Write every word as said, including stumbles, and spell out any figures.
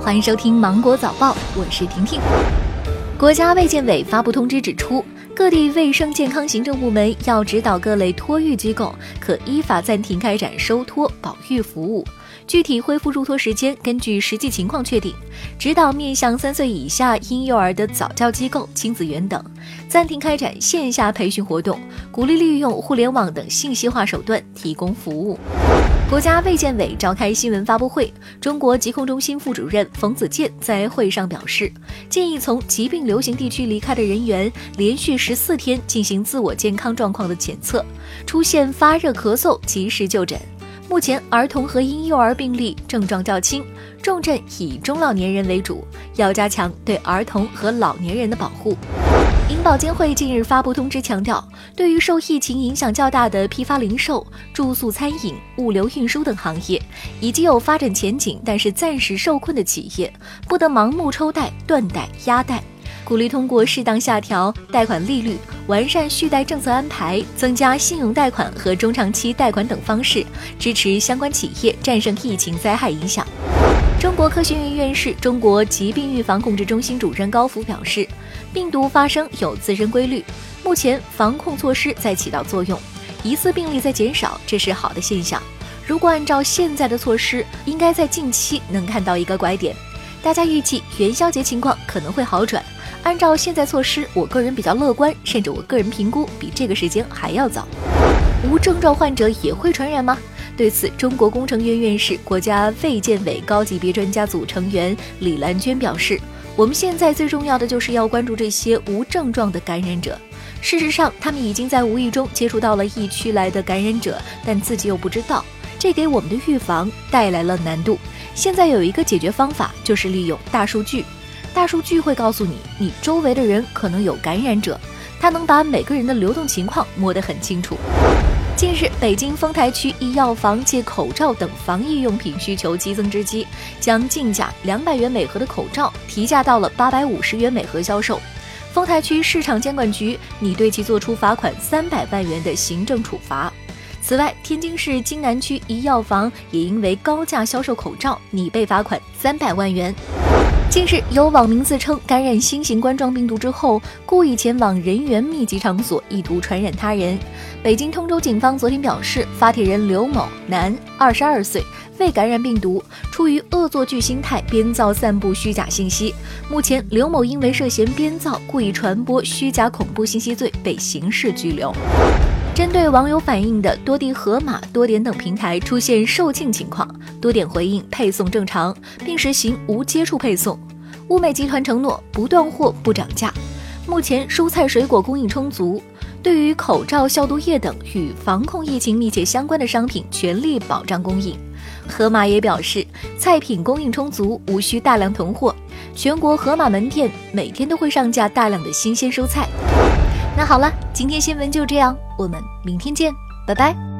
欢迎收听芒果早报，我是婷婷。国家卫健委发布通知指出，各地卫生健康行政部门要指导各类托育机构可依法暂停开展收托保育服务，具体恢复入托时间根据实际情况确定，指导面向三岁以下婴幼儿的早教机构、亲子园等暂停开展线下培训活动，鼓励利用互联网等信息化手段提供服务。国家卫健委召开新闻发布会，中国疾控中心副主任冯子健在会上表示，建议从疾病流行地区离开的人员连续十四天进行自我健康状况的检测，出现发热咳嗽及时就诊。目前儿童和婴幼儿病例症状较轻，重症以中老年人为主，要加强对儿童和老年人的保护。银保监会近日发布通知强调，对于受疫情影响较大的批发零售、住宿餐饮、物流运输等行业，以及有发展前景但是暂时受困的企业，不得盲目抽贷、断贷、压贷，鼓励通过适当下调贷款利率、完善续贷政策安排、增加信用贷款和中长期贷款等方式，支持相关企业战胜疫情灾害影响。中国科学院院士、中国疾病预防控制中心主任高福表示，病毒发生有自身规律，目前防控措施在起到作用，疑似病例在减少，这是好的现象。如果按照现在的措施，应该在近期能看到一个拐点。大家预计元宵节情况可能会好转，按照现在措施，我个人比较乐观，甚至我个人评估比这个时间还要早。无症状患者也会传染吗？对此，中国工程院院士、国家卫健委高级别专家组成员李兰娟表示，我们现在最重要的就是要关注这些无症状的感染者。事实上，他们已经在无意中接触到了疫区来的感染者，但自己又不知道，这给我们的预防带来了难度。现在有一个解决方法，就是利用大数据。大数据会告诉你，你周围的人可能有感染者，它能把每个人的流动情况摸得很清楚。近日，北京丰台区一药房借口罩等防疫用品需求激增之机，将进价两百元每盒的口罩提价到了八百五十元每盒销售。丰台区市场监管局拟对其作出罚款三百万元的行政处罚。此外，天津市津南区一药房也因为高价销售口罩拟被罚款三百万元。近日，有网民自称感染新型冠状病毒之后，故意前往人员密集场所，意图传染他人。北京通州警方昨天表示，发帖人刘某，男，二十二岁，未感染病毒，出于恶作剧心态编造散布虚假信息。目前，刘某因为涉嫌编造、故意传播虚假恐怖信息罪被刑事拘留。针对网友反映的多地盒马、多点等平台出现售罄情况，多点回应配送正常，并实行无接触配送。物美集团承诺不断货、不涨价。目前蔬菜水果供应充足，对于口罩、消毒液等与防控疫情密切相关的商品，全力保障供应。盒马也表示，菜品供应充足，无需大量囤货。全国盒马门店每天都会上架大量的新鲜蔬菜。那好了，今天新闻就这样，我们明天见，拜拜。